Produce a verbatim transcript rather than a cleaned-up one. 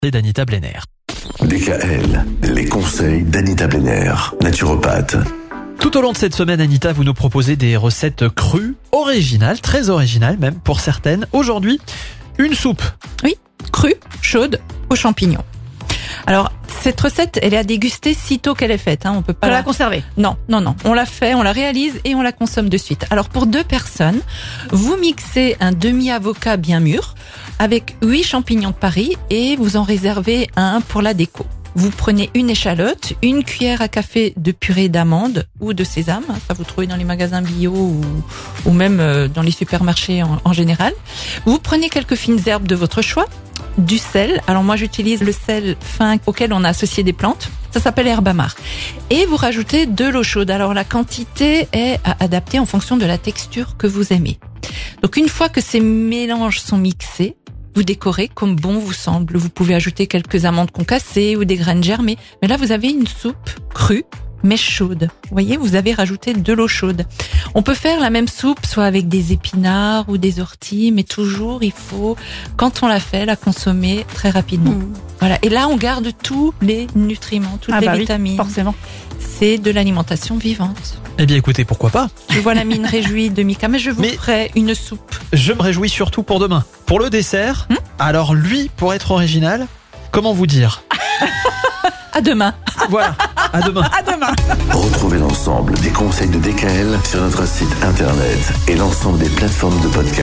d'Anita Blenner. D K L, les conseils d'Anita Blenner, naturopathe. Tout au long de cette semaine, Anita, vous nous proposez des recettes crues, originales, très originales même pour certaines. Aujourd'hui, une soupe. Oui, crue, chaude, aux champignons. Alors, cette recette, elle est à déguster sitôt qu'elle est faite. Hein. On peut pas la... la conserver. Non, non, non. On la fait, on la réalise et on la consomme de suite. Alors, pour deux personnes, vous mixez un demi-avocat bien mûr avec huit champignons de Paris et vous en réservez un pour la déco. Vous prenez une échalote, une cuillère à café de purée d'amande ou de sésame, ça vous trouvez dans les magasins bio ou, ou même dans les supermarchés en, en général. Vous prenez quelques fines herbes de votre choix, du sel. Alors moi j'utilise le sel fin auquel on a associé des plantes. Ça s'appelle herbe amare. Et vous rajoutez de l'eau chaude. Alors la quantité est adaptée en fonction de la texture que vous aimez. Donc une fois que ces mélanges sont mixés, vous décorez comme bon vous semble. Vous pouvez ajouter quelques amandes concassées ou des graines germées. Mais là, vous avez une soupe crue, mais chaude. Vous voyez, vous avez rajouté de l'eau chaude. On peut faire la même soupe, soit avec des épinards ou des orties, mais toujours, il faut, quand on la fait, la consommer très rapidement. Mmh. Voilà. Et là, on garde tous les nutriments, toutes ah les bah vitamines. Oui, forcément. C'est de l'alimentation vivante. Eh bien, écoutez, pourquoi pas ? Je vois la mine réjouie de Mika, mais je vous mais ferai une soupe. Je me réjouis surtout pour demain. Pour le dessert, hum alors lui, pour être original, comment vous dire ? À demain. Voilà, à demain. À demain. Retrouvez l'ensemble des conseils de D K L sur notre site internet et l'ensemble des plateformes de podcast.